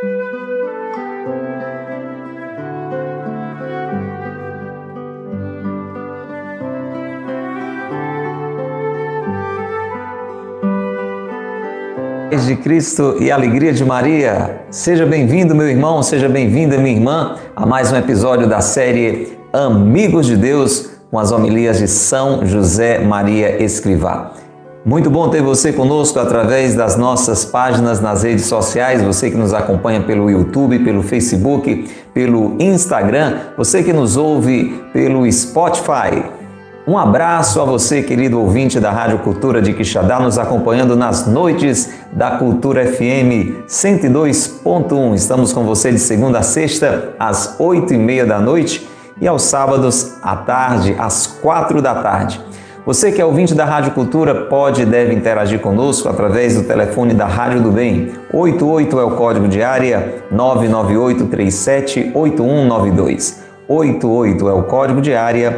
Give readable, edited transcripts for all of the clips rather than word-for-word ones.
Paz de Cristo e alegria de Maria. Seja bem-vindo, meu irmão, seja bem-vinda, minha irmã, a mais um episódio da série Amigos de Deus, com as homilias de São José Maria Escrivá. Muito bom ter você conosco através das nossas páginas nas redes sociais, você que nos acompanha pelo YouTube, pelo Facebook, pelo Instagram, você que nos ouve pelo Spotify. Um abraço a você, querido ouvinte da Rádio Cultura de Quixadá, nos acompanhando nas noites da Cultura FM 102.1. Estamos com você de segunda a sexta, às 8h30 da noite e aos sábados à tarde, às 4 da tarde. Você que é ouvinte da Rádio Cultura pode e deve interagir conosco através do telefone da Rádio do Bem. 88 é o código de área 998378192. 88 é o código de área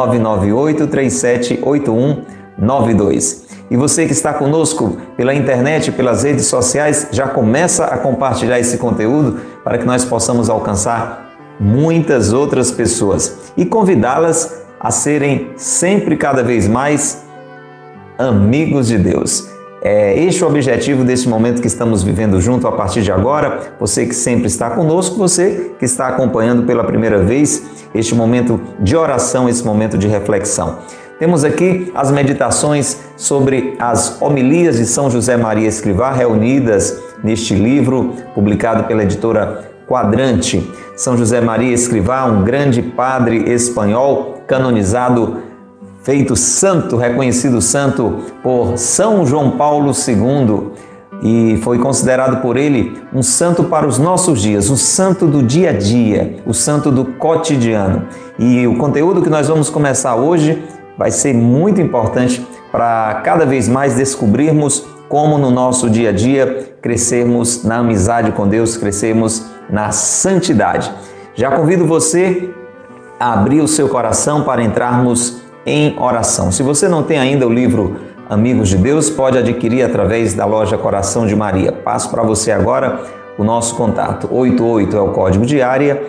998378192. E você que está conosco pela internet, pelas redes sociais, já começa a compartilhar esse conteúdo para que nós possamos alcançar muitas outras pessoas e convidá-las a serem sempre cada vez mais amigos de Deus. É este o objetivo desse momento que estamos vivendo junto a partir de agora. Você que sempre está conosco, você que está acompanhando pela primeira vez este momento de oração, esse momento de reflexão. Temos aqui as meditações sobre as homilias de São José Maria Escrivá, reunidas neste livro publicado pela editora Quadrante. São José Maria Escrivá, um grande padre espanhol, canonizado, feito santo, reconhecido santo por São João Paulo II, e foi considerado por ele um santo para os nossos dias, um santo do dia a dia, o santo do cotidiano. E o conteúdo que nós vamos começar hoje vai ser muito importante para cada vez mais descobrirmos como no nosso dia a dia crescermos na amizade com Deus, crescermos na santidade. Já convido você a abrir o seu coração para entrarmos em oração. Se você não tem ainda o livro Amigos de Deus, pode adquirir através da loja Coração de Maria. Passo para você agora o nosso contato. 88 é o código de área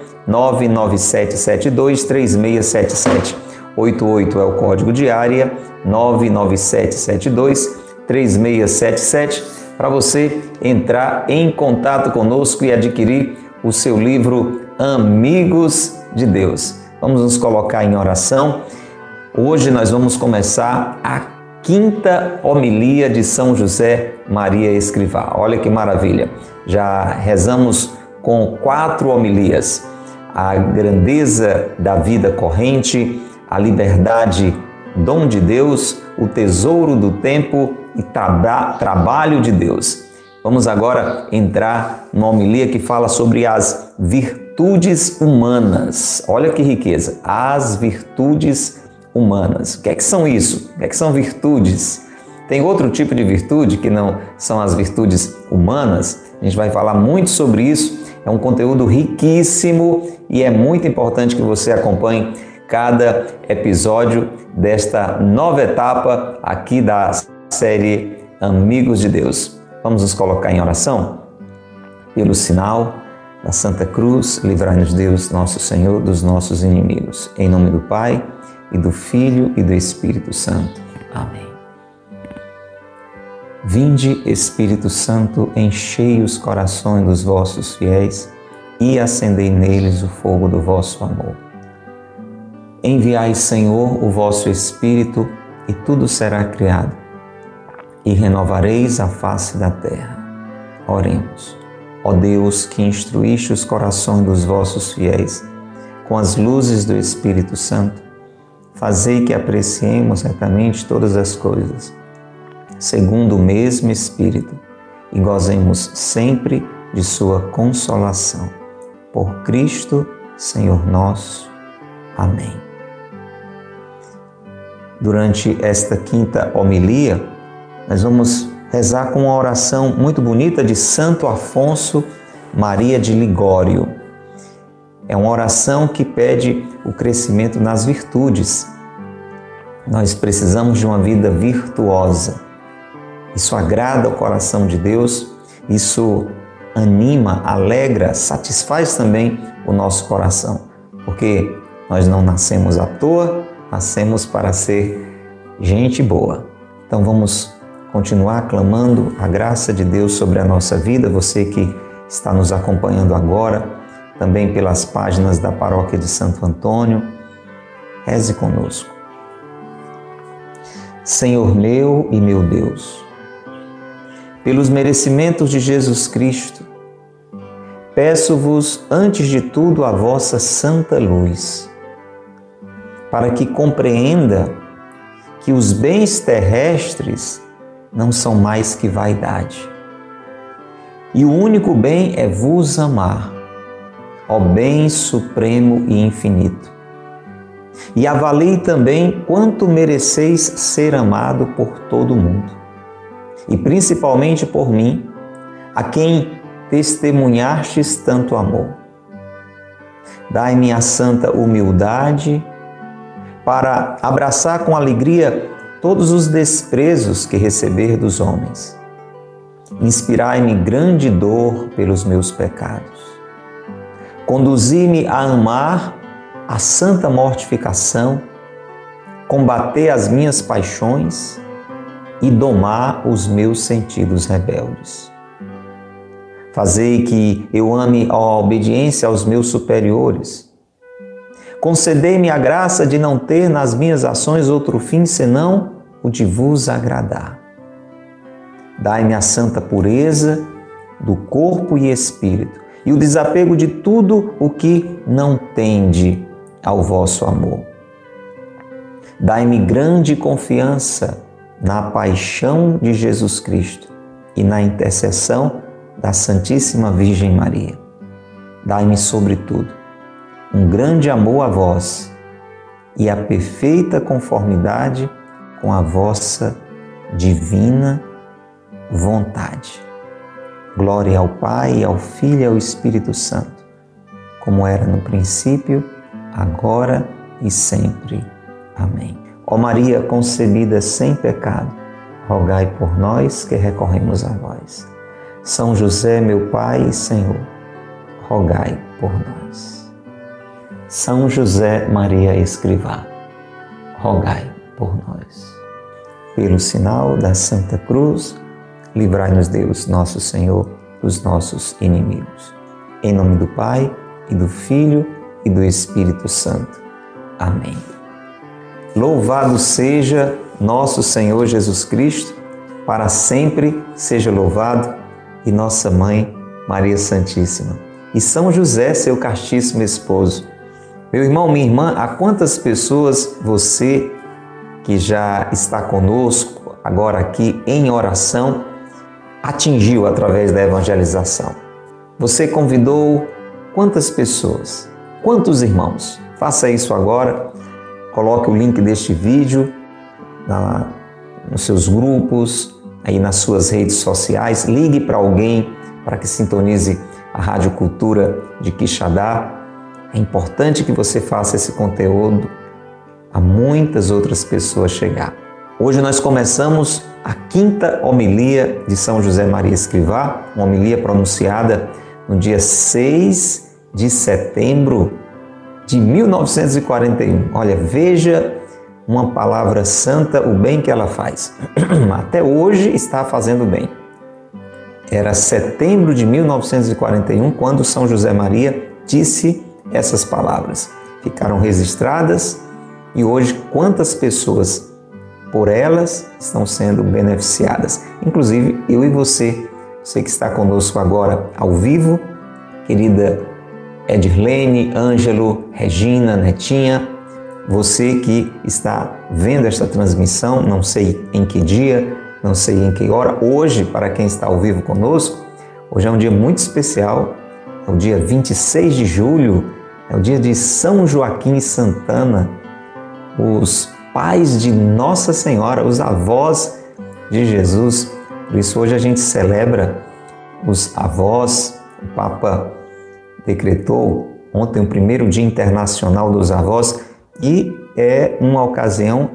997723677. 88 é o código de área 997723677 para você entrar em contato conosco e adquirir o seu livro Amigos de Deus. Vamos nos colocar em oração. Hoje nós vamos começar a quinta homilia de São José Maria Escrivá. Olha que maravilha! Já rezamos com 4 homilias: a grandeza da vida corrente, a liberdade, dom de Deus, o tesouro do tempo e trabalho de Deus. Vamos agora entrar numa homilia que fala sobre as virtudes humanas. Olha que riqueza! As virtudes humanas. O que é que são isso? O que é que são virtudes? Tem outro tipo de virtude que não são as virtudes humanas. A gente vai falar muito sobre isso. É um conteúdo riquíssimo e é muito importante que você acompanhe cada episódio desta nova etapa aqui da série Amigos de Deus. Vamos nos colocar em oração? Pelo sinal da Santa Cruz, livrai-nos Deus, nosso Senhor, dos nossos inimigos. Em nome do Pai, e do Filho e do Espírito Santo. Amém. Vinde, Espírito Santo, enchei os corações dos vossos fiéis e acendei neles o fogo do vosso amor. Enviai, Senhor, o vosso Espírito e tudo será criado e renovareis a face da terra. Oremos. Ó Deus, que instruíste os corações dos vossos fiéis com as luzes do Espírito Santo, fazei que apreciemos retamente todas as coisas, segundo o mesmo Espírito, e gozemos sempre de sua consolação. Por Cristo, Senhor nosso. Amém. Durante esta quinta homilia, nós vamos rezar com uma oração muito bonita de Santo Afonso Maria de Ligório. É uma oração que pede o crescimento nas virtudes. Nós precisamos de uma vida virtuosa. Isso agrada ao coração de Deus, isso anima, alegra, satisfaz também o nosso coração, porque nós não nascemos à toa, nascemos para ser gente boa. Então vamos continuar clamando a graça de Deus sobre a nossa vida. Você que está nos acompanhando agora, também pelas páginas da Paróquia de Santo Antônio, reze conosco. Senhor meu e meu Deus, pelos merecimentos de Jesus Cristo, peço-vos antes de tudo a vossa santa luz, para que compreenda que os bens terrestres não são mais que vaidade. E o único bem é vos amar, ó bem supremo e infinito. E avalie também quanto mereceis ser amado por todo mundo, e principalmente por mim, a quem testemunhastes tanto amor. Dai-me a santa humildade para abraçar com alegria todos os desprezos que receber dos homens. Inspirai-me grande dor pelos meus pecados. Conduzi-me a amar a santa mortificação, combater as minhas paixões e domar os meus sentidos rebeldes. Fazei que eu ame a obediência aos meus superiores. Concedei-me a graça de não ter nas minhas ações outro fim senão o de vos agradar. Dai-me a santa pureza do corpo e espírito e o desapego de tudo o que não tende ao vosso amor. Dai-me grande confiança na paixão de Jesus Cristo e na intercessão da Santíssima Virgem Maria. Dai-me, sobretudo, um grande amor a vós e a perfeita conformidade com a vossa divina vontade. Glória ao Pai, ao Filho e ao Espírito Santo, como era no princípio, agora e sempre. Amém. Ó Maria concebida sem pecado, rogai por nós que recorremos a vós. São José, meu Pai e Senhor, rogai por nós. São José Maria Escrivá, rogai por nós. Pelo sinal da Santa Cruz, livrai-nos Deus, nosso Senhor, dos nossos inimigos. Em nome do Pai, e do Filho, e do Espírito Santo. Amém. Louvado seja nosso Senhor Jesus Cristo, para sempre seja louvado, e nossa Mãe, Maria Santíssima. E São José, seu castíssimo esposo. Meu irmão, minha irmã, a quantas pessoas você que já está conosco agora aqui em oração atingiu através da evangelização? Você convidou quantas pessoas? Quantos irmãos? Faça isso agora. Coloque o link deste vídeo nos seus grupos, aí nas suas redes sociais. Ligue para alguém para que sintonize a Rádio Cultura de Quixadá. É importante que você faça esse conteúdo a muitas outras pessoas chegar. Hoje nós começamos a 5ª homilia de São José Maria Escrivá, uma homilia pronunciada no dia 6 de setembro de 1941. Olha, veja uma palavra santa, o bem que ela faz. Até hoje está fazendo bem. Era setembro de 1941 quando São José Maria disse essas palavras. Ficaram registradas e hoje quantas pessoas por elas estão sendo beneficiadas. Inclusive eu e você que está conosco agora ao vivo, querida Edirlene, Ângelo, Regina, Netinha, você que está vendo esta transmissão, não sei em que dia, não sei em que hora, hoje, para quem está ao vivo conosco, hoje é um dia muito especial, é o dia 26 de julho, é o dia de São Joaquim e Santana, os pais de Nossa Senhora, os avós de Jesus. Por isso hoje a gente celebra os avós. O Papa decretou ontem o primeiro Dia Internacional dos Avós e é uma ocasião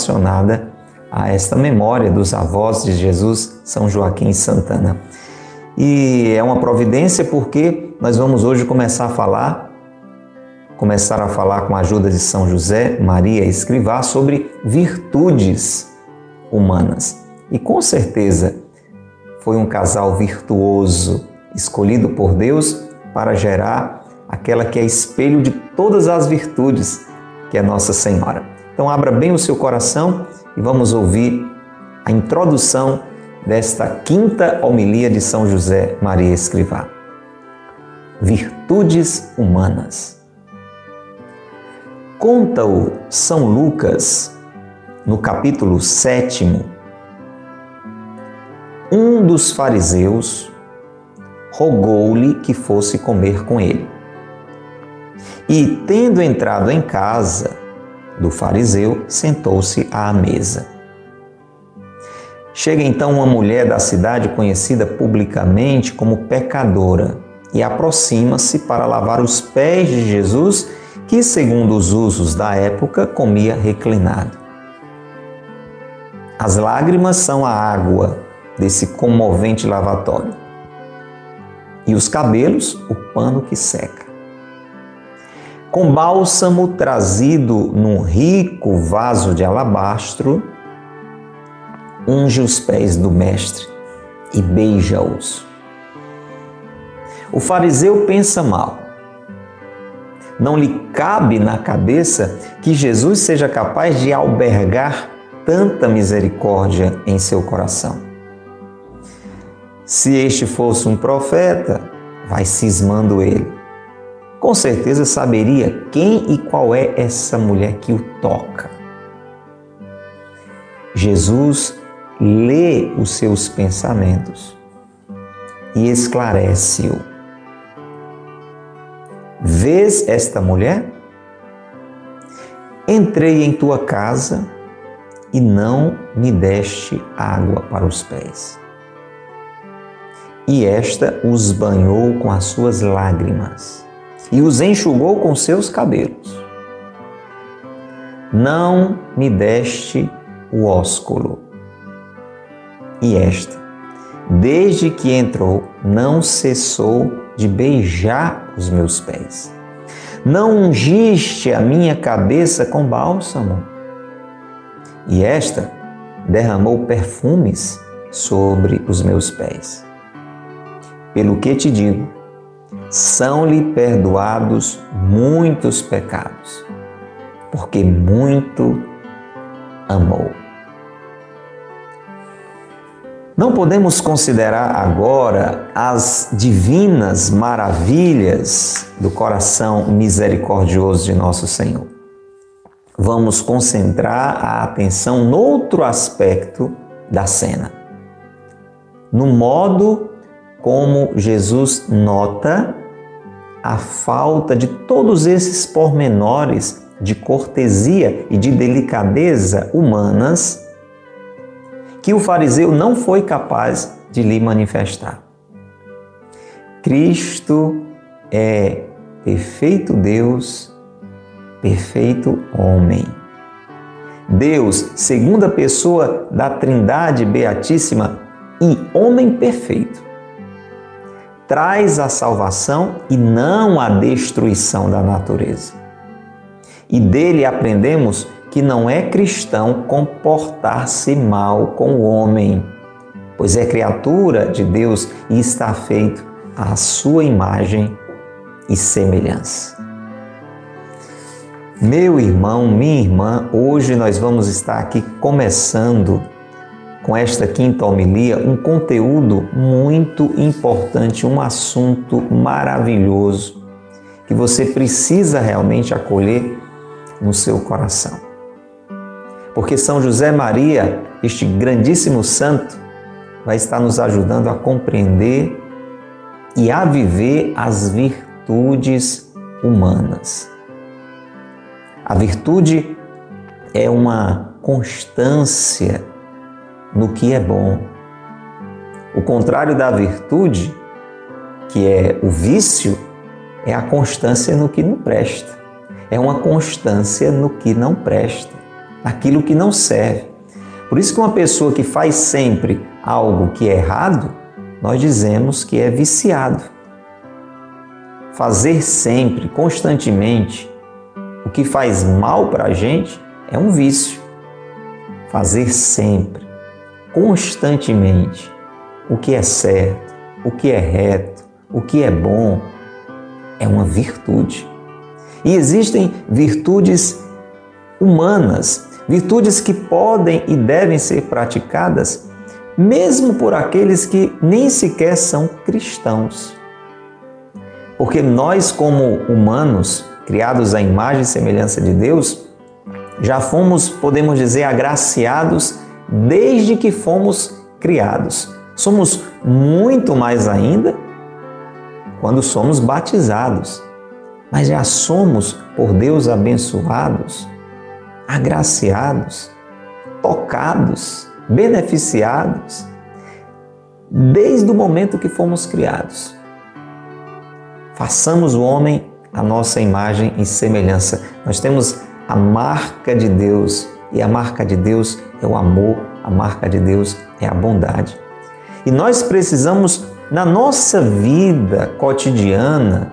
relacionada a esta memória dos avós de Jesus, São Joaquim e Santana. E é uma providência porque nós vamos hoje começar a falar com a ajuda de São José Maria Escrivá sobre virtudes humanas. E com certeza foi um casal virtuoso, escolhido por Deus para gerar aquela que é espelho de todas as virtudes, que é Nossa Senhora. Então abra bem o seu coração e vamos ouvir a introdução desta quinta homilia de São José Maria Escrivá. Virtudes humanas. Conta-o São Lucas, no capítulo 7, um dos fariseus rogou-lhe que fosse comer com ele. E, tendo entrado em casa do fariseu, sentou-se à mesa. Chega então uma mulher da cidade conhecida publicamente como pecadora e aproxima-se para lavar os pés de Jesus, que, segundo os usos da época, comia reclinado. As lágrimas são a água desse comovente lavatório e os cabelos, o pano que seca. Com bálsamo trazido num rico vaso de alabastro, unge os pés do mestre e beija-os. O fariseu pensa mal. Não lhe cabe na cabeça que Jesus seja capaz de albergar tanta misericórdia em seu coração. Se este fosse um profeta, vai cismando ele. Com certeza saberia quem e qual é essa mulher que o toca. Jesus lê os seus pensamentos e esclarece-o. Vês esta mulher? Entrei em tua casa e não me deste água para os pés. E esta os banhou com as suas lágrimas e os enxugou com seus cabelos. Não me deste o ósculo. E esta, desde que entrou, não cessou de beijar os meus pés. Não ungiste a minha cabeça com bálsamo. E esta derramou perfumes sobre os meus pés. Pelo que te digo, são-lhe perdoados muitos pecados, porque muito amou. Não podemos considerar agora as divinas maravilhas do coração misericordioso de nosso Senhor. Vamos concentrar a atenção noutro aspecto da cena, no modo como Jesus nota a falta de todos esses pormenores de cortesia e de delicadeza humanas que o fariseu não foi capaz de lhe manifestar. Cristo é perfeito Deus, perfeito homem. Deus, segunda pessoa da Trindade Beatíssima e homem perfeito, traz a salvação e não a destruição da natureza. E dele aprendemos que não é cristão comportar-se mal com o homem, pois é criatura de Deus e está feito à sua imagem e semelhança. Meu irmão, minha irmã, hoje nós vamos estar aqui começando com esta quinta homilia um conteúdo muito importante, um assunto maravilhoso que você precisa realmente acolher no seu coração. Porque São José Maria, este grandíssimo santo, vai estar nos ajudando a compreender e a viver as virtudes humanas. A virtude é uma constância no que é bom. O contrário da virtude, que é o vício, é a constância no que não presta. É uma constância no que não presta, naquilo que não serve. Por isso que uma pessoa que faz sempre algo que é errado, nós dizemos que é viciado. Fazer sempre, constantemente, o que faz mal para a gente é um vício. Fazer sempre, constantemente, o que é certo, o que é reto, o que é bom, é uma virtude. E existem virtudes humanas, virtudes que podem e devem ser praticadas mesmo por aqueles que nem sequer são cristãos. Porque nós, como humanos, criados à imagem e semelhança de Deus, já fomos, podemos dizer, agraciados desde que fomos criados. Somos muito mais ainda quando somos batizados, mas já somos, por Deus, abençoados, agraciados, tocados, beneficiados, desde o momento que fomos criados. Façamos o homem a nossa imagem e semelhança. Nós temos a marca de Deus, e a marca de Deus é o amor, a marca de Deus é a bondade. E nós precisamos, na nossa vida cotidiana,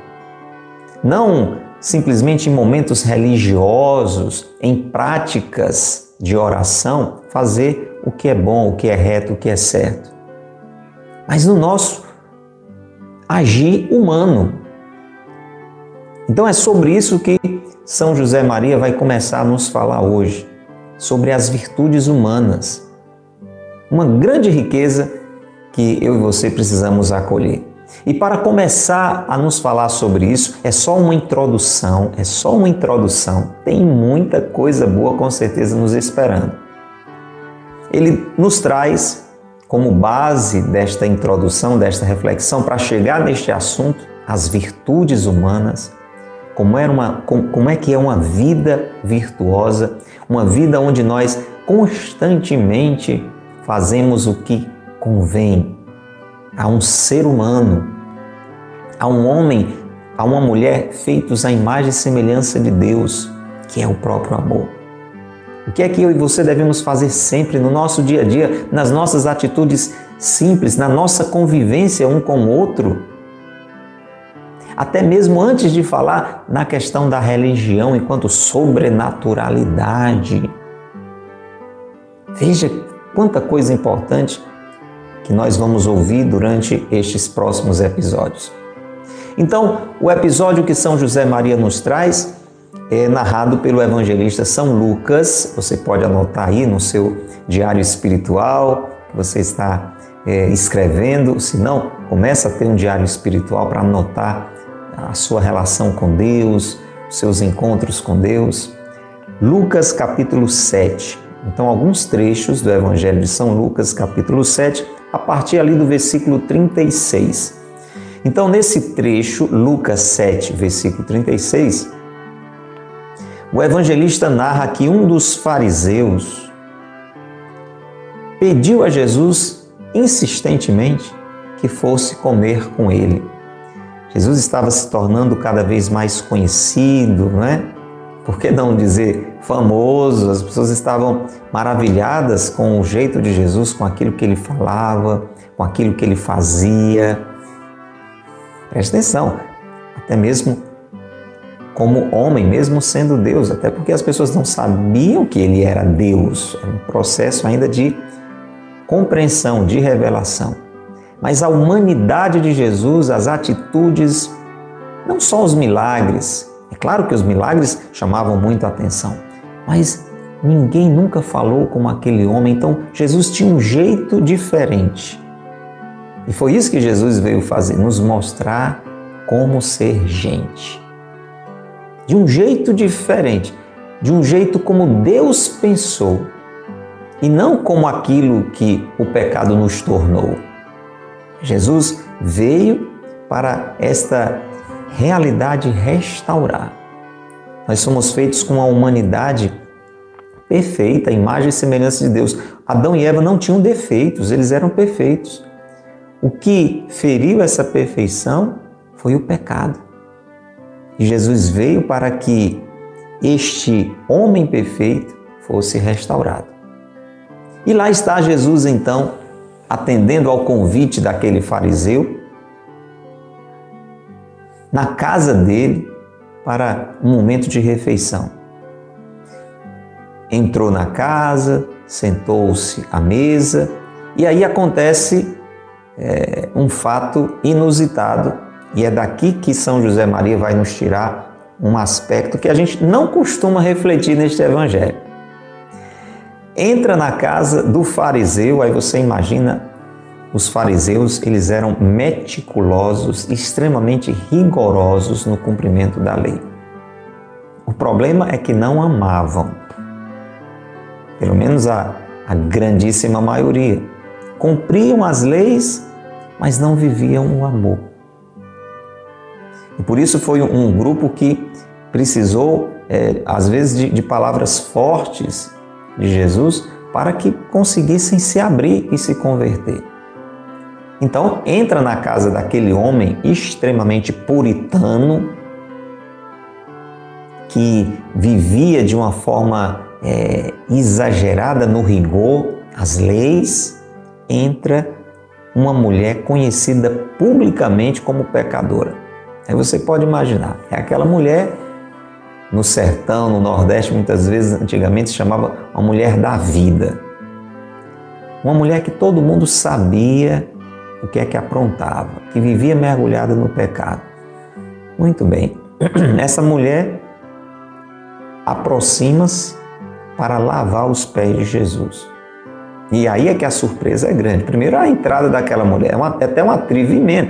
não simplesmente em momentos religiosos, em práticas de oração, fazer o que é bom, o que é reto, o que é certo, mas no nosso agir humano. Então é sobre isso que São José Maria vai começar a nos falar hoje, sobre as virtudes humanas. Uma grande riqueza que eu e você precisamos acolher. E para começar a nos falar sobre isso, é só uma introdução, tem muita coisa boa com certeza nos esperando. Ele nos traz como base desta introdução, desta reflexão, para chegar neste assunto, as virtudes humanas, como é que é uma vida virtuosa, uma vida onde nós constantemente fazemos o que convém a um ser humano, a um homem, a uma mulher feitos à imagem e semelhança de Deus, que é o próprio amor. O que é que eu e você devemos fazer sempre no nosso dia a dia, nas nossas atitudes simples, na nossa convivência um com o outro? Até mesmo antes de falar na questão da religião enquanto sobrenaturalidade. Veja quanta coisa importante que nós vamos ouvir durante estes próximos episódios. Então, o episódio que São José Maria nos traz é narrado pelo evangelista São Lucas. Você pode anotar aí no seu diário espiritual que você está escrevendo. Se não, começa a ter um diário espiritual para anotar a sua relação com Deus, os seus encontros com Deus. Lucas capítulo 7. Então, alguns trechos do Evangelho de São Lucas, capítulo 7, a partir ali do versículo 36. Então, nesse trecho, Lucas 7, versículo 36, o evangelista narra que um dos fariseus pediu a Jesus insistentemente que fosse comer com ele. Jesus estava se tornando cada vez mais conhecido, Por que não dizer famoso? As pessoas estavam maravilhadas com o jeito de Jesus, com aquilo que ele falava, com aquilo que ele fazia. Preste atenção, até mesmo como homem, mesmo sendo Deus, até porque as pessoas não sabiam que ele era Deus. Era um processo ainda de compreensão, de revelação. Mas a humanidade de Jesus, as atitudes, não só os milagres. É claro que os milagres chamavam muito a atenção, mas ninguém nunca falou como aquele homem. Então, Jesus tinha um jeito diferente. E foi isso que Jesus veio fazer, nos mostrar como ser gente. De um jeito diferente, de um jeito como Deus pensou, e não como aquilo que o pecado nos tornou. Jesus veio para esta realidade restaurar. Nós somos feitos com a humanidade perfeita, a imagem e semelhança de Deus. Adão e Eva não tinham defeitos, eles eram perfeitos. O que feriu essa perfeição foi o pecado. E Jesus veio para que este homem perfeito fosse restaurado. E lá está Jesus, então, atendendo ao convite daquele fariseu, na casa dele, para um momento de refeição. Entrou na casa, sentou-se à mesa, e aí acontece um fato inusitado, e é daqui que São José Maria vai nos tirar um aspecto que a gente não costuma refletir neste evangelho. Entra na casa do fariseu, aí você imagina, os fariseus, eles eram meticulosos, extremamente rigorosos no cumprimento da lei. O problema é que não amavam, pelo menos a grandíssima maioria. Cumpriam as leis, mas não viviam o amor. E por isso foi um grupo que precisou, às vezes, de palavras fortes de Jesus para que conseguissem se abrir e se converter. Então, entra na casa daquele homem extremamente puritano, que vivia de uma forma exagerada no rigor às leis, entra uma mulher conhecida publicamente como pecadora. Aí você pode imaginar, é aquela mulher no sertão, no Nordeste, muitas vezes, antigamente se chamava uma mulher da vida. Uma mulher que todo mundo sabia o que é que aprontava, que vivia mergulhada no pecado. Muito bem, essa mulher aproxima-se para lavar os pés de Jesus. E aí é que a surpresa é grande. Primeiro, a entrada daquela mulher é até um atrevimento,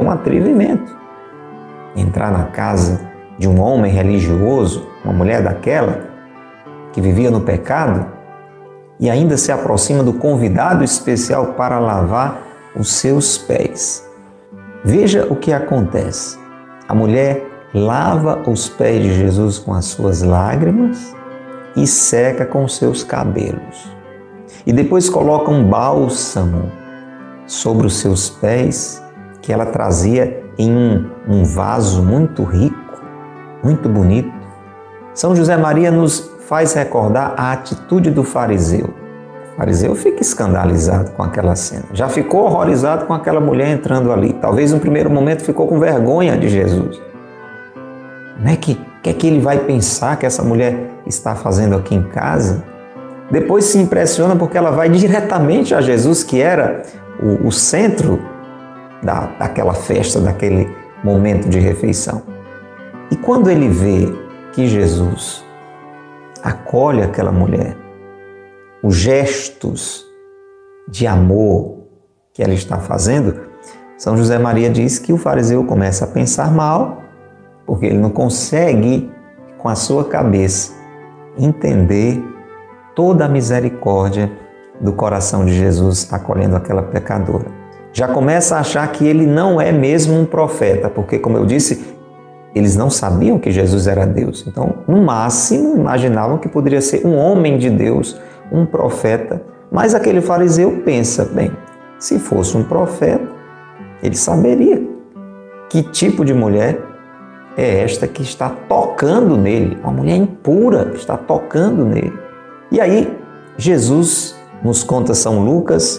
Entrar na casa de um homem religioso, uma mulher daquela, que vivia no pecado, e ainda se aproxima do convidado especial para lavar os seus pés. Veja o que acontece. A mulher lava os pés de Jesus com as suas lágrimas e seca com os seus cabelos. E depois coloca um bálsamo sobre os seus pés que ela trazia em um vaso muito rico, muito bonito. São José Maria nos faz recordar a atitude do fariseu. O fariseu fica escandalizado com aquela cena. Já ficou horrorizado com aquela mulher entrando ali. Talvez no primeiro momento ficou com vergonha de Jesus. Não é que ele vai pensar que essa mulher está fazendo aqui em casa? Depois se impressiona porque ela vai diretamente a Jesus, que era o centro daquela festa, daquele momento de refeição. E quando ele vê que Jesus acolhe aquela mulher, os gestos de amor que ela está fazendo, São José Maria diz que o fariseu começa a pensar mal, porque ele não consegue, com a sua cabeça, entender toda a misericórdia do coração de Jesus acolhendo aquela pecadora. Já começa a achar que ele não é mesmo um profeta, porque, como eu disse, eles não sabiam que Jesus era Deus. Então, no máximo, imaginavam que poderia ser um homem de Deus, um profeta. Mas aquele fariseu pensa, bem, se fosse um profeta, ele saberia que tipo de mulher é esta que está tocando nele. Uma mulher impura está tocando nele. E aí, Jesus, nos conta São Lucas,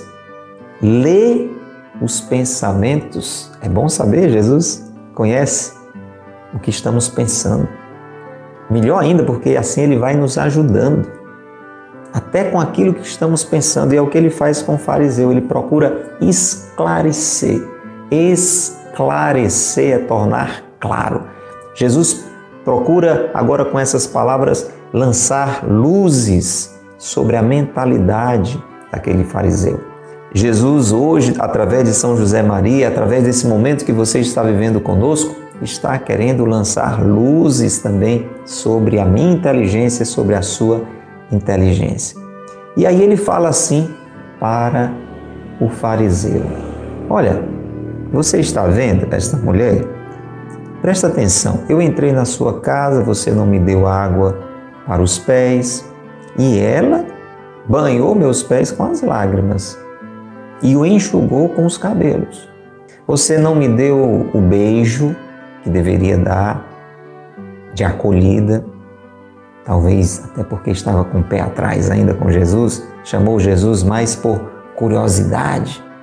lê os pensamentos. É bom saber, Jesus conhece o que estamos pensando. Melhor ainda, porque assim ele vai nos ajudando, até com aquilo que estamos pensando. E é o que ele faz com o fariseu. Ele procura esclarecer. Esclarecer é tornar claro. Jesus procura agora, com essas palavras, lançar luzes sobre a mentalidade daquele fariseu. Jesus hoje, através de São José Maria, através desse momento que você está vivendo conosco, está querendo lançar luzes também sobre a minha inteligência, sobre a sua inteligência. E aí ele fala assim para o fariseu: olha, você está vendo esta mulher? Presta atenção, eu entrei na sua casa, você não me deu água para os pés e ela banhou meus pés com as lágrimas e o enxugou com os cabelos. Você não me deu o beijo que deveria dar de acolhida, talvez até porque estava com o pé atrás ainda com Jesus, chamou Jesus mais por curiosidade.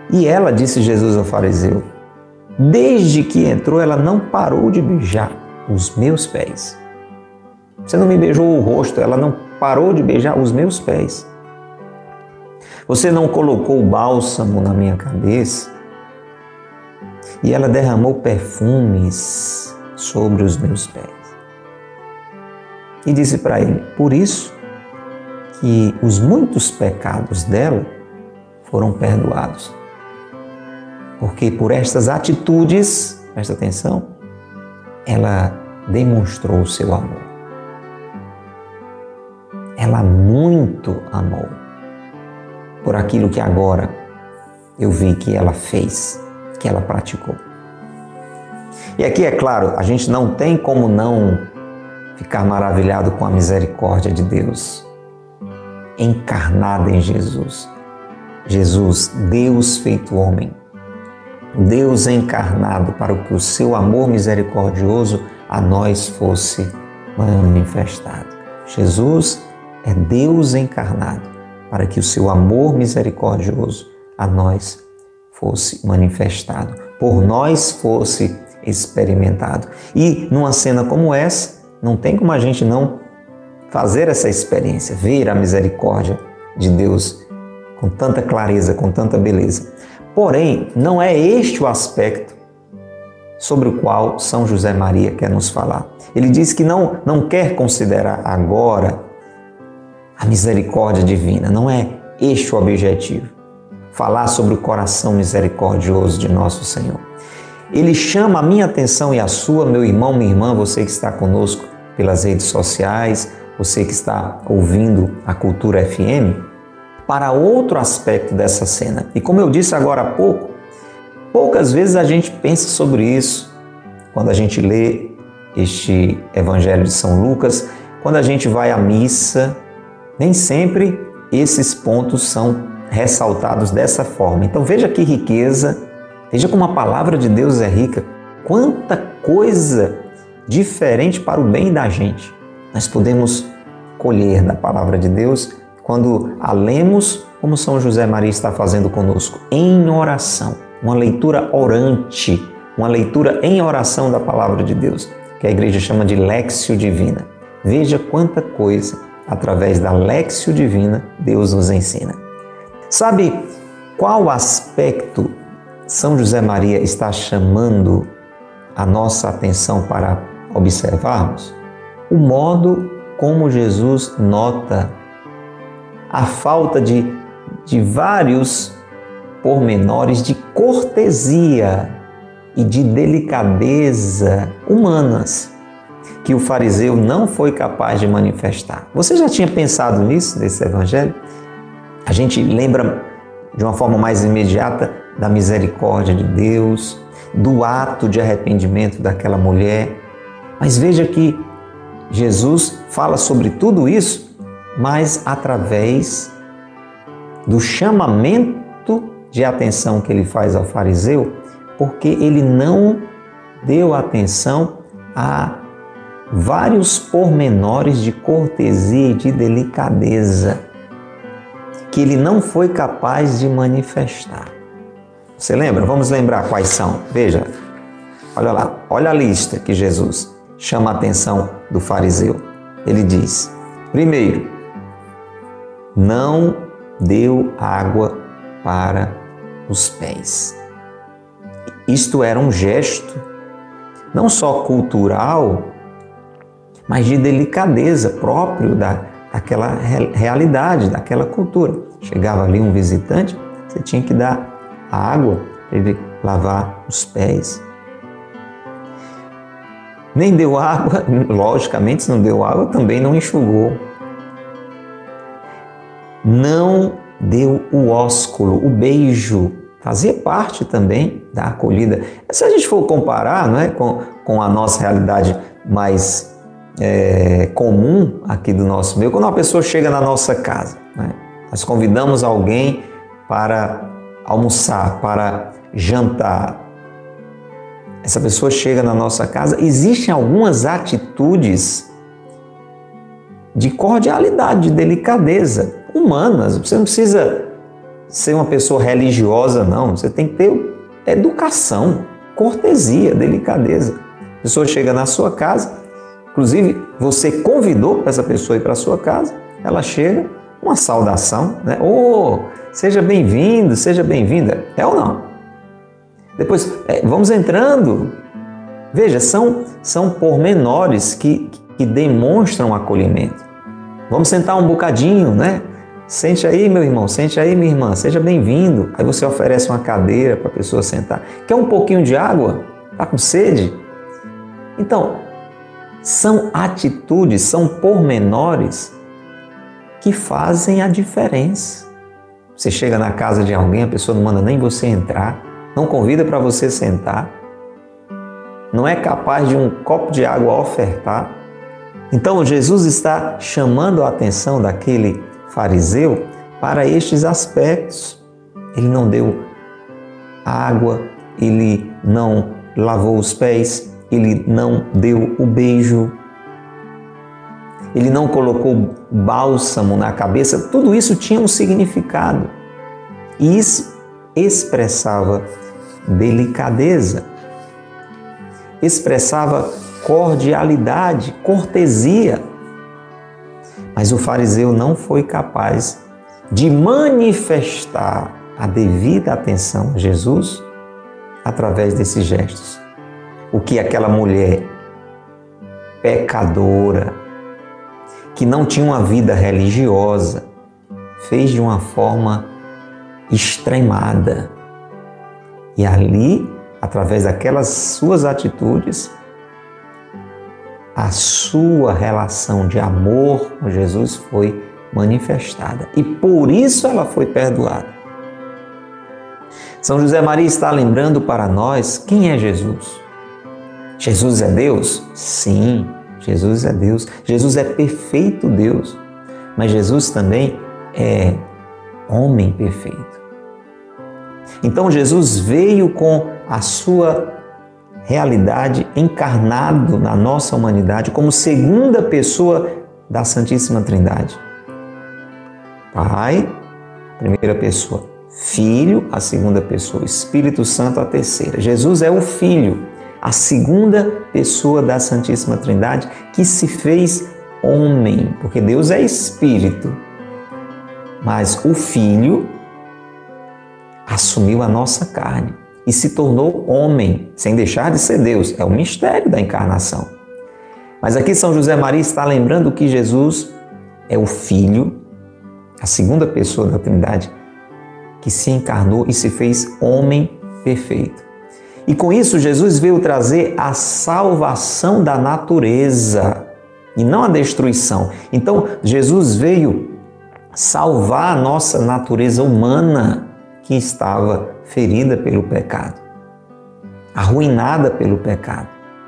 E ela, disse Jesus ao fariseu, desde que entrou, ela não parou de beijar os meus pés. Você não me beijou o rosto, ela não parou de beijar os meus pés. Você não colocou o bálsamo na minha cabeça e ela derramou perfumes sobre os meus pés. E disse para ele, por isso que os muitos pecados dela foram perdoados. Porque por estas atitudes, presta atenção, ela demonstrou o seu amor. Ela muito amou por aquilo que agora eu vi que ela fez, que ela praticou. E aqui, é claro, a gente não tem como não ficar maravilhado com a misericórdia de Deus encarnada em Jesus. Jesus, Deus feito homem, Deus encarnado para que o seu amor misericordioso a nós fosse manifestado. Jesus é Deus encarnado para que o seu amor misericordioso a nós fosse manifestado, por nós fosse experimentado. E numa cena como essa, não tem como a gente não fazer essa experiência, ver a misericórdia de Deus com tanta clareza, com tanta beleza. Porém, não é este o aspecto sobre o qual São José Maria quer nos falar. Ele diz que não quer considerar agora a misericórdia divina, não é este o objetivo. Falar sobre o coração misericordioso de nosso Senhor. Ele chama a minha atenção e a sua, meu irmão, minha irmã, você que está conosco pelas redes sociais, você que está ouvindo a Cultura FM, para outro aspecto dessa cena. E como eu disse agora há pouco, poucas vezes a gente pensa sobre isso quando a gente lê este Evangelho de São Lucas, quando a gente vai à missa, nem sempre esses pontos são ressaltados dessa forma. Então veja que riqueza, veja como a palavra de Deus é rica, quanta coisa diferente para o bem da gente nós podemos colher da palavra de Deus quando a lemos como São José Maria está fazendo conosco, em oração, uma leitura orante, uma leitura em oração da palavra de Deus, que a igreja chama de Léxio Divina. Veja quanta coisa, através da Léxio Divina, Deus nos ensina. Sabe qual aspecto São José Maria está chamando a nossa atenção para observarmos? O modo como Jesus nota a falta de vários pormenores de cortesia e de delicadeza humanas que o fariseu não foi capaz de manifestar. Você já tinha pensado nisso, nesse evangelho? A gente lembra de uma forma mais imediata da misericórdia de Deus, do ato de arrependimento daquela mulher. Mas veja que Jesus fala sobre tudo isso, mas através do chamamento de atenção que ele faz ao fariseu, porque ele não deu atenção a vários pormenores de cortesia e de delicadeza que ele não foi capaz de manifestar. Você lembra? Vamos lembrar quais são. Veja, olha lá, olha a lista que Jesus chama a atenção do fariseu. Ele diz, primeiro, não deu água para os pés. Isto era um gesto não só cultural, mas de delicadeza próprio daquela realidade, daquela cultura. Chegava ali um visitante, você tinha que dar a água para ele lavar os pés. Nem deu água, logicamente, se não deu água, também não enxugou. Não deu o ósculo, o beijo, fazia parte também da acolhida. Se a gente for comparar, não é, com a nossa realidade mais comum aqui do nosso meio, quando uma pessoa chega na nossa casa, né, nós convidamos alguém para almoçar, para jantar. Essa pessoa chega na nossa casa, existem algumas atitudes de cordialidade, de delicadeza, humanas. Você não precisa ser uma pessoa religiosa, não. Você tem que ter educação, cortesia, delicadeza. A pessoa chega na sua casa, inclusive você convidou essa pessoa ir para a sua casa, ela chega, uma saudação, né? Oh, seja bem-vindo, seja bem-vinda. É ou não? Depois, vamos entrando. Veja, são pormenores que demonstram acolhimento. Vamos sentar um bocadinho, né? Sente aí, meu irmão, sente aí, minha irmã, seja bem-vindo. Aí você oferece uma cadeira para a pessoa sentar. Quer um pouquinho de água? Está com sede? Então, são atitudes, são pormenores que fazem a diferença. Você chega na casa de alguém, a pessoa não manda nem você entrar, não convida para você sentar, não é capaz de um copo de água ofertar. Então, Jesus está chamando a atenção daquele fariseu para estes aspectos. Ele não deu água, ele não lavou os pés, ele não deu o beijo, ele não colocou bálsamo na cabeça. Tudo isso tinha um significado e isso expressava delicadeza, expressava cordialidade, cortesia. Mas o fariseu não foi capaz de manifestar a devida atenção a Jesus através desses gestos. O que aquela mulher pecadora, que não tinha uma vida religiosa, fez de uma forma extremada. E ali, através daquelas suas atitudes, a sua relação de amor com Jesus foi manifestada. E por isso ela foi perdoada. São José Maria está lembrando para nós quem é Jesus. Jesus é Deus? Sim, Jesus é Deus. Jesus é perfeito Deus. Mas Jesus também é homem perfeito. Então Jesus veio com a sua realidade encarnado na nossa humanidade como segunda pessoa da Santíssima Trindade. Pai, primeira pessoa. Filho, a segunda pessoa. Espírito Santo, a terceira. Jesus é o Filho, a segunda pessoa da Santíssima Trindade que se fez homem, porque Deus é Espírito. Mas o Filho assumiu a nossa carne e se tornou homem, sem deixar de ser Deus. É o mistério da encarnação. Mas aqui São José Maria está lembrando que Jesus é o Filho, a segunda pessoa da Trindade, que se encarnou e se fez homem perfeito. E com isso Jesus veio trazer a salvação da natureza e não a destruição. Então Jesus veio salvar a nossa natureza humana que estava ferida pelo pecado, arruinada pelo pecado.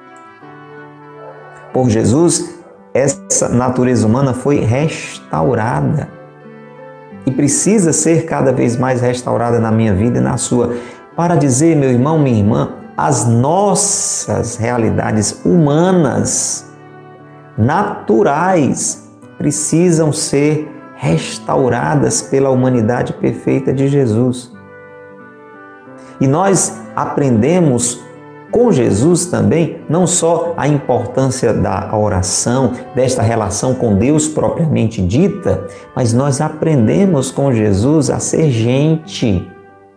Por Jesus, essa natureza humana foi restaurada e precisa ser cada vez mais restaurada na minha vida e na sua, para dizer, meu irmão, minha irmã, as nossas realidades humanas, naturais, precisam ser restauradas pela humanidade perfeita de Jesus. E nós aprendemos com Jesus também, não só a importância da oração, desta relação com Deus propriamente dita, mas nós aprendemos com Jesus a ser gente,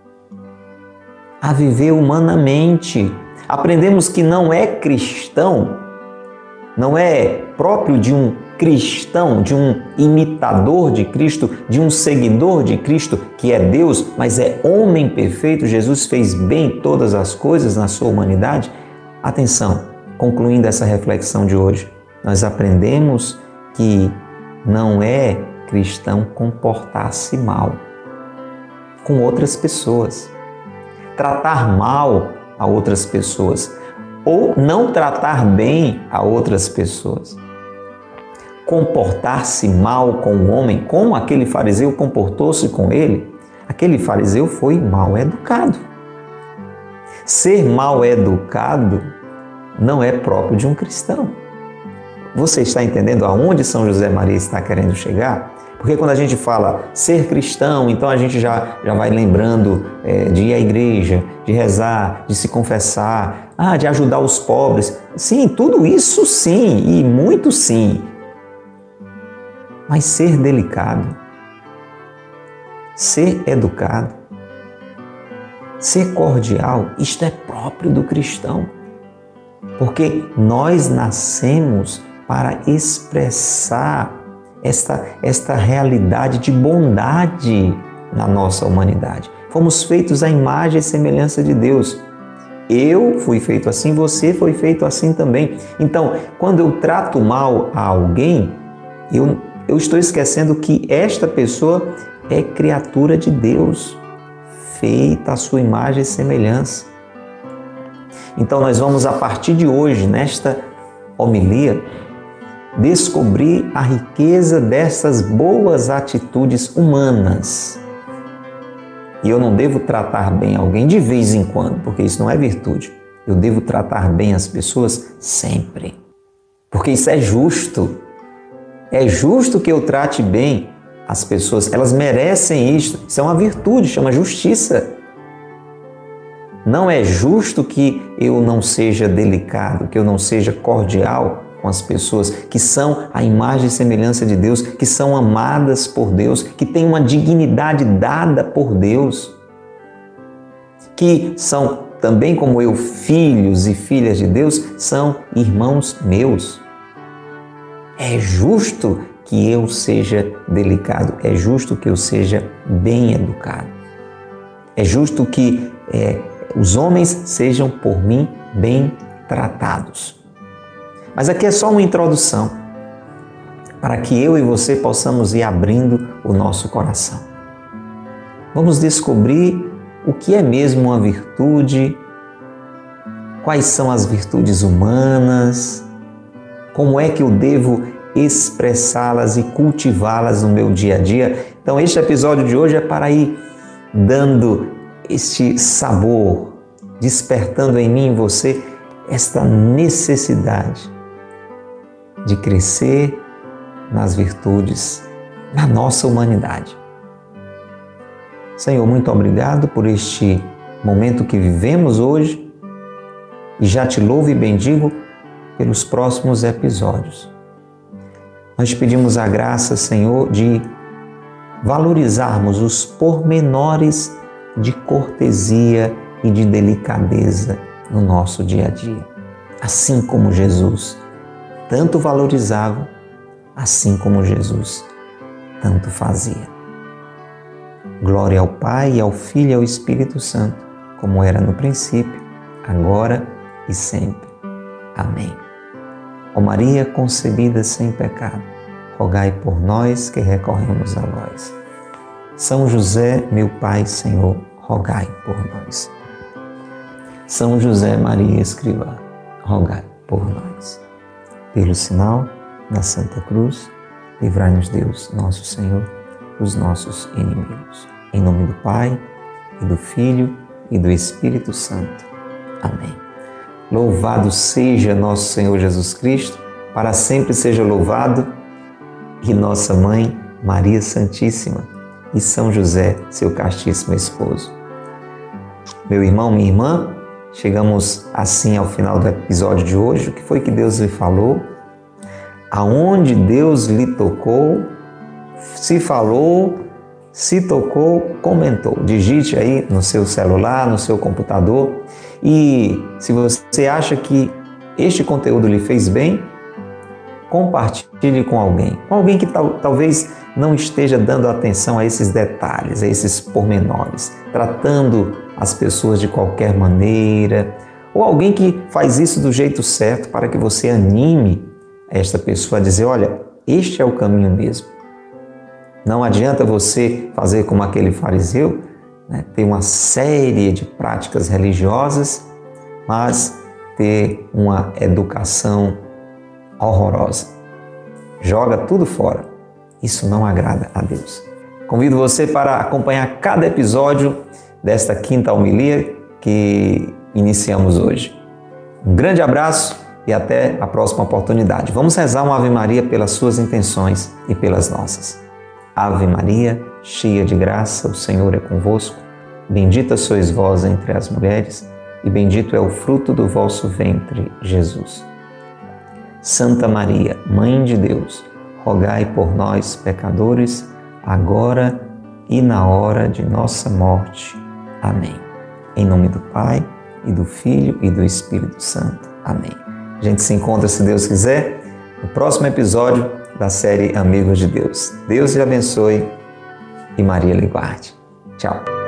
a viver humanamente. Aprendemos que não é cristão, não é próprio de um cristão, de um imitador de Cristo, de um seguidor de Cristo, que é Deus, mas é homem perfeito. Jesus fez bem todas as coisas na sua humanidade. Atenção, concluindo essa reflexão de hoje, nós aprendemos que não é cristão comportar-se mal com outras pessoas, tratar mal a outras pessoas ou não tratar bem a outras pessoas. Comportar-se mal com o homem, como aquele fariseu comportou-se com ele, aquele fariseu foi mal educado. Ser mal educado não é próprio de um cristão. Você está entendendo aonde São José Maria está querendo chegar? Porque quando a gente fala ser cristão, então a gente já vai lembrando de ir à igreja, de rezar, de se confessar, de ajudar os pobres. Sim, tudo isso sim, e muito sim. Mas ser delicado, ser educado, ser cordial, isto é próprio do cristão. Porque nós nascemos para expressar esta realidade de bondade na nossa humanidade. Fomos feitos à imagem e semelhança de Deus. Eu fui feito assim, você foi feito assim também. Então, quando eu trato mal a alguém, eu estou esquecendo que esta pessoa é criatura de Deus, feita à sua imagem e semelhança. Então, nós vamos, a partir de hoje, nesta homilia, descobrir a riqueza dessas boas atitudes humanas. E eu não devo tratar bem alguém de vez em quando, porque isso não é virtude. Eu devo tratar bem as pessoas sempre, porque isso é justo. É justo que eu trate bem as pessoas, elas merecem isso. Isso é uma virtude, chama justiça. Não é justo que eu não seja delicado, que eu não seja cordial com as pessoas que são a imagem e semelhança de Deus, que são amadas por Deus, que têm uma dignidade dada por Deus, que são também como eu, filhos e filhas de Deus, são irmãos meus. É justo que eu seja delicado, é justo que eu seja bem educado, é justo que os homens sejam por mim bem tratados. Mas aqui é só uma introdução para que eu e você possamos ir abrindo o nosso coração. Vamos descobrir o que é mesmo uma virtude, quais são as virtudes humanas, como é que eu devo expressá-las e cultivá-las no meu dia a dia. Então, este episódio de hoje é para ir dando este sabor, despertando em mim e em você esta necessidade de crescer nas virtudes, na nossa humanidade. Senhor, muito obrigado por este momento que vivemos hoje e já te louvo e bendigo pelos próximos episódios. Nós te pedimos a graça, Senhor, de valorizarmos os pormenores de cortesia e de delicadeza no nosso dia a dia, assim como Jesus tanto valorizava, assim como Jesus tanto fazia. Glória ao Pai, ao Filho e ao Espírito Santo, como era no princípio, agora e sempre. Amém. Ó Maria concebida sem pecado, rogai por nós que recorremos a vós. São José, meu Pai, Senhor, rogai por nós. São José Maria Escrivá, rogai por nós. Pelo sinal da Santa Cruz, livrai-nos Deus, nosso Senhor, dos nossos inimigos. Em nome do Pai, e do Filho, e do Espírito Santo. Amém. Louvado seja nosso Senhor Jesus Cristo, para sempre seja louvado, e nossa Mãe, Maria Santíssima, e São José, seu castíssimo esposo. Meu irmão, minha irmã, chegamos assim ao final do episódio de hoje. O que foi que Deus lhe falou? Aonde Deus lhe tocou, se falou, se tocou, comentou. Digite aí no seu celular, no seu computador. E se você acha que este conteúdo lhe fez bem, compartilhe com alguém que talvez não esteja dando atenção a esses detalhes, a esses pormenores, tratando as pessoas de qualquer maneira, ou alguém que faz isso do jeito certo para que você anime esta pessoa a dizer, olha, este é o caminho mesmo. Não adianta você fazer como aquele fariseu, né, ter uma série de práticas religiosas, mas ter uma educação horrorosa. Joga tudo fora. Isso não agrada a Deus. Convido você para acompanhar cada episódio desta quinta homilia que iniciamos hoje. Um grande abraço e até a próxima oportunidade. Vamos rezar uma Ave Maria pelas suas intenções e pelas nossas. Ave Maria, cheia de graça, o Senhor é convosco. Bendita sois vós entre as mulheres, e bendito é o fruto do vosso ventre, Jesus. Santa Maria, Mãe de Deus, rogai por nós, pecadores, agora e na hora de nossa morte. Amém. Em nome do Pai, e do Filho e do Espírito Santo. Amém. A gente se encontra, se Deus quiser, no próximo episódio da série Amigos de Deus. Deus te abençoe e Maria lhe guarde. Tchau.